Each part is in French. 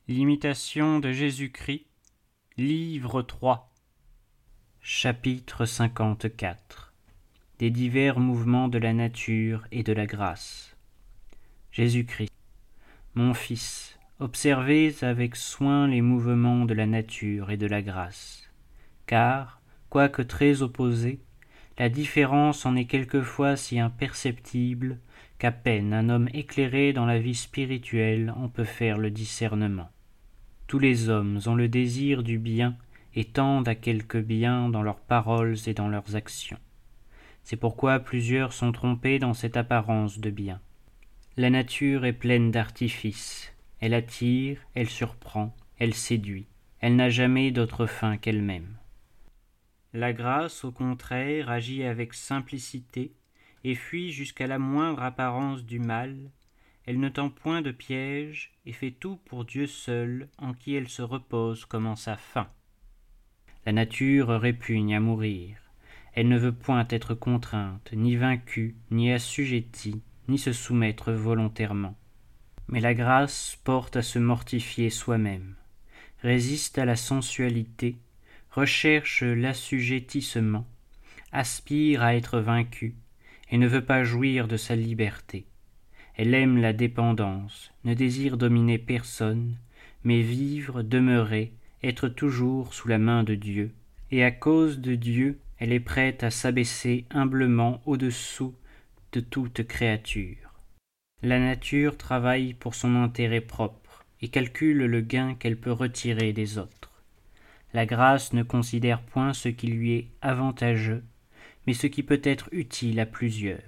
L'imitation de Jésus-Christ, livre 3, chapitre 54. Des divers mouvements de la nature et de la grâce. Jésus-Christ. Mon Fils, observez avec soin les mouvements de la nature et de la grâce, car, quoique très opposés, la différence en est quelquefois si imperceptible qu'à peine un homme éclairé dans la vie spirituelle en peut faire le discernement. Tous les hommes ont le désir du bien et tendent à quelque bien dans leurs paroles et dans leurs actions. C'est pourquoi plusieurs sont trompés dans cette apparence de bien. La nature est pleine d'artifices. Elle attire, elle surprend, elle séduit. Elle n'a jamais d'autre fin qu'elle-même. La grâce, au contraire, agit avec simplicité et fuit jusqu'à la moindre apparence du mal. Elle ne tend point de piège et fait tout pour Dieu seul, en qui elle se repose comme en sa fin. La nature répugne à mourir. Elle ne veut point être contrainte, ni vaincue, ni assujettie, ni se soumettre volontairement. Mais la grâce porte à se mortifier soi-même, résiste à la sensualité, recherche l'assujettissement, aspire à être vaincue, et ne veut pas jouir de sa liberté. Elle aime la dépendance, ne désire dominer personne, mais vivre, demeurer, être toujours sous la main de Dieu. Et à cause de Dieu, elle est prête à s'abaisser humblement au-dessous de toute créature. La nature travaille pour son intérêt propre et calcule le gain qu'elle peut retirer des autres. La grâce ne considère point ce qui lui est avantageux, mais ce qui peut être utile à plusieurs.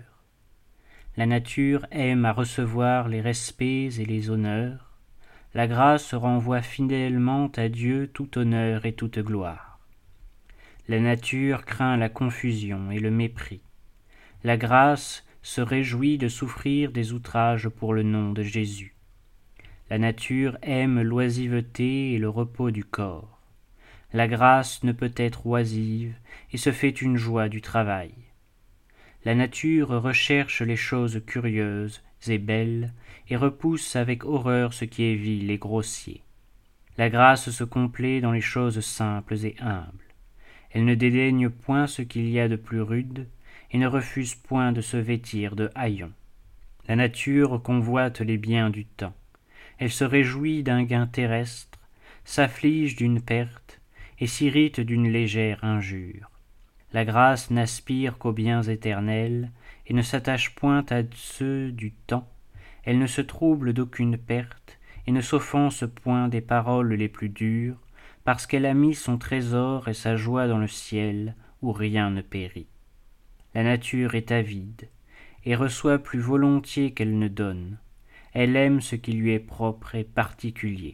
La nature aime à recevoir les respects et les honneurs. La grâce renvoie fidèlement à Dieu tout honneur et toute gloire. La nature craint la confusion et le mépris. La grâce se réjouit de souffrir des outrages pour le nom de Jésus. La nature aime l'oisiveté et le repos du corps. La grâce ne peut être oisive et se fait une joie du travail. La nature recherche les choses curieuses et belles et repousse avec horreur ce qui est vil et grossier. La grâce se complaît dans les choses simples et humbles. Elle ne dédaigne point ce qu'il y a de plus rude et ne refuse point de se vêtir de haillons. La nature convoite les biens du temps. Elle se réjouit d'un gain terrestre, s'afflige d'une perte et s'irrite d'une légère injure. La grâce n'aspire qu'aux biens éternels et ne s'attache point à ceux du temps. Elle ne se trouble d'aucune perte et ne s'offense point des paroles les plus dures, parce qu'elle a mis son trésor et sa joie dans le ciel, où rien ne périt. La nature est avide et reçoit plus volontiers qu'elle ne donne. Elle aime ce qui lui est propre et particulier.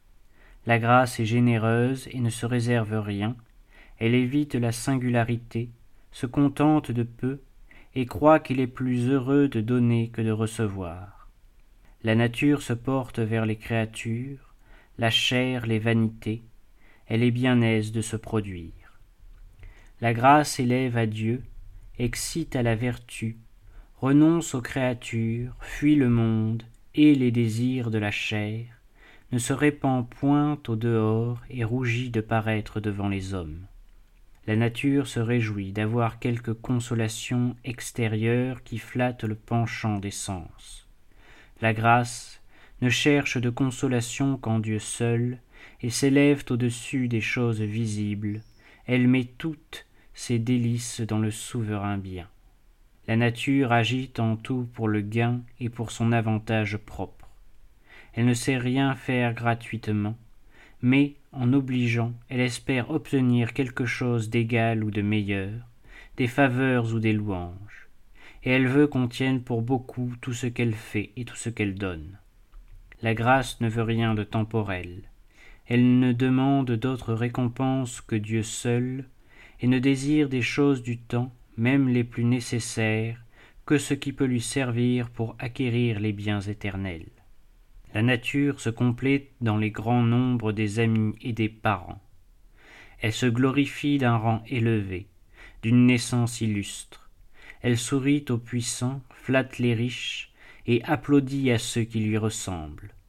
La grâce est généreuse et ne se réserve rien. Elle évite la singularité, se contente de peu, et croit qu'il est plus heureux de donner que de recevoir. La nature se porte vers les créatures, la chair les vanités, elle est bien aise de se produire. La grâce élève à Dieu, excite à la vertu, renonce aux créatures, fuit le monde et les désirs de la chair, ne se répand point au dehors et rougit de paraître devant les hommes. La nature se réjouit d'avoir quelque consolation extérieure qui flatte le penchant des sens. La grâce ne cherche de consolation qu'en Dieu seul et s'élève au-dessus des choses visibles. Elle met toutes ses délices dans le souverain bien. La nature agit en tout pour le gain et pour son avantage propre. Elle ne sait rien faire gratuitement, mais, en obligeant, elle espère obtenir quelque chose d'égal ou de meilleur, des faveurs ou des louanges, et elle veut qu'on tienne pour beaucoup tout ce qu'elle fait et tout ce qu'elle donne. La grâce ne veut rien de temporel, elle ne demande d'autre récompense que Dieu seul, et ne désire des choses du temps, même les plus nécessaires, que ce qui peut lui servir pour acquérir les biens éternels. La nature se complaît dans les grands nombres des amis et des parents. Elle se glorifie d'un rang élevé, d'une naissance illustre. Elle sourit aux puissants, flatte les riches et applaudit à ceux qui lui ressemblent.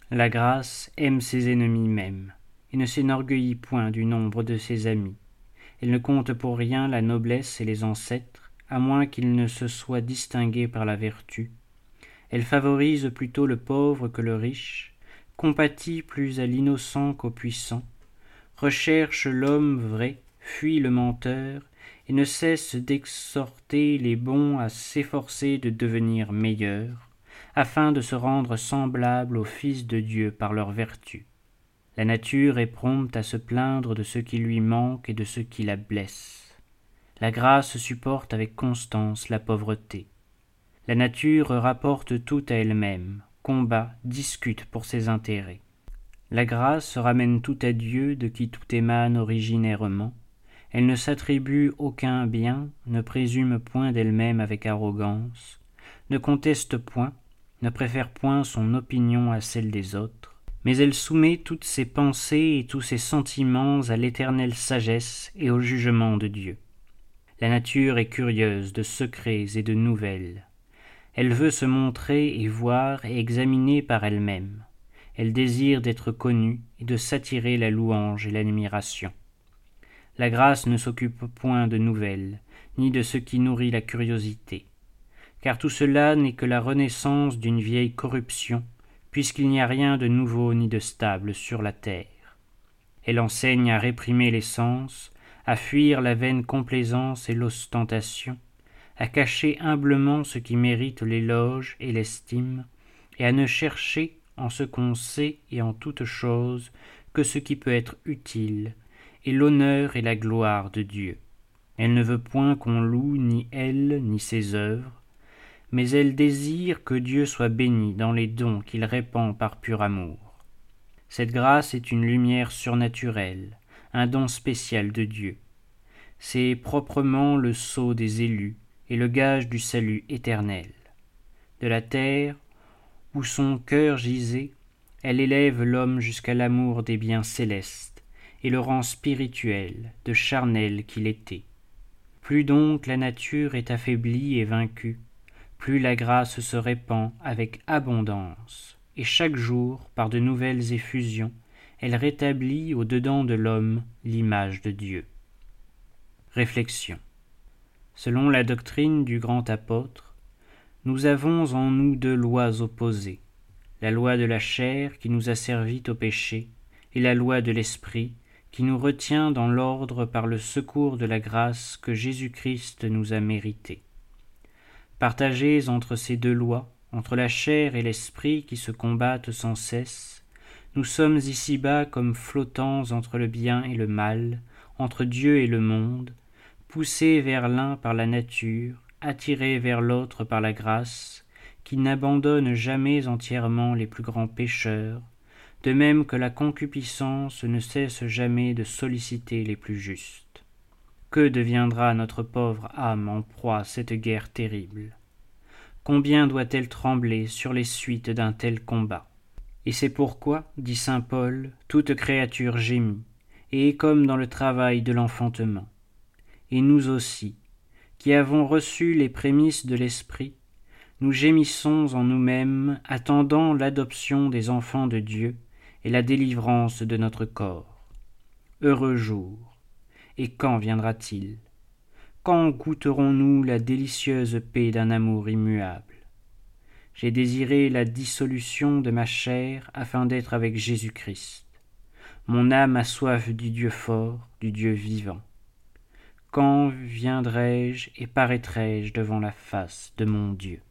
La grâce aime ses ennemis même, et ne s'enorgueillit point du nombre de ses amis. Elle ne compte pour rien la noblesse et les ancêtres, à moins qu'ils ne se soient distingués par la vertu. Elle favorise plutôt le pauvre que le riche, compatit plus à l'innocent qu'au puissant, recherche l'homme vrai, fuit le menteur, et ne cesse d'exhorter les bons à s'efforcer de devenir meilleurs, afin de se rendre semblables au Fils de Dieu par leur vertu. La nature est prompte à se plaindre de ce qui lui manque et de ce qui la blesse. La grâce supporte avec constance la pauvreté. La nature rapporte tout à elle-même, combat, discute pour ses intérêts. La grâce ramène tout à Dieu de qui tout émane originairement. Elle ne s'attribue aucun bien, ne présume point d'elle-même avec arrogance, ne conteste point, ne préfère point son opinion à celle des autres, mais elle soumet toutes ses pensées et tous ses sentiments à l'éternelle sagesse et au jugement de Dieu. La nature est curieuse de secrets et de nouvelles. Elle veut se montrer et voir et examiner par elle-même. Elle désire d'être connue et de s'attirer la louange et l'admiration. La grâce ne s'occupe point de nouvelles, ni de ce qui nourrit la curiosité, car tout cela n'est que la renaissance d'une vieille corruption, puisqu'il n'y a rien de nouveau ni de stable sur la terre. Elle enseigne à réprimer les sens, à fuir la vaine complaisance et l'ostentation, à cacher humblement ce qui mérite l'éloge et l'estime, et à ne chercher, en ce qu'on sait et en toute chose, que ce qui peut être utile, et l'honneur et la gloire de Dieu. Elle ne veut point qu'on loue ni elle ni ses œuvres, mais elle désire que Dieu soit béni dans les dons qu'il répand par pur amour. Cette grâce est une lumière surnaturelle, un don spécial de Dieu. C'est proprement le sceau des élus, et le gage du salut éternel. De la terre, où son cœur gisait, elle élève l'homme jusqu'à l'amour des biens célestes, et le rend spirituel, de charnel qu'il était. Plus donc la nature est affaiblie et vaincue, plus la grâce se répand avec abondance, et chaque jour, par de nouvelles effusions, elle rétablit au-dedans de l'homme l'image de Dieu. Réflexion. Selon la doctrine du grand apôtre, nous avons en nous deux lois opposées, la loi de la chair qui nous asservit au péché, et la loi de l'esprit qui nous retient dans l'ordre par le secours de la grâce que Jésus-Christ nous a méritée. Partagés entre ces deux lois, entre la chair et l'esprit qui se combattent sans cesse, nous sommes ici-bas comme flottants entre le bien et le mal, entre Dieu et le monde, poussés vers l'un par la nature, attirés vers l'autre par la grâce, qui n'abandonne jamais entièrement les plus grands pécheurs, de même que la concupiscence ne cesse jamais de solliciter les plus justes. Que deviendra notre pauvre âme en proie à cette guerre terrible? Combien doit-elle trembler sur les suites d'un tel combat? Et c'est pourquoi, dit saint Paul, toute créature gémit, et est comme dans le travail de l'enfantement. Et nous aussi, qui avons reçu les prémices de l'Esprit, nous gémissons en nous-mêmes, attendant l'adoption des enfants de Dieu et la délivrance de notre corps. Heureux jour! Et quand viendra-t-il? Quand goûterons-nous la délicieuse paix d'un amour immuable? J'ai désiré la dissolution de ma chair afin d'être avec Jésus-Christ. Mon âme a soif du Dieu fort, du Dieu vivant. Quand viendrai-je et paraîtrai-je devant la face de mon Dieu?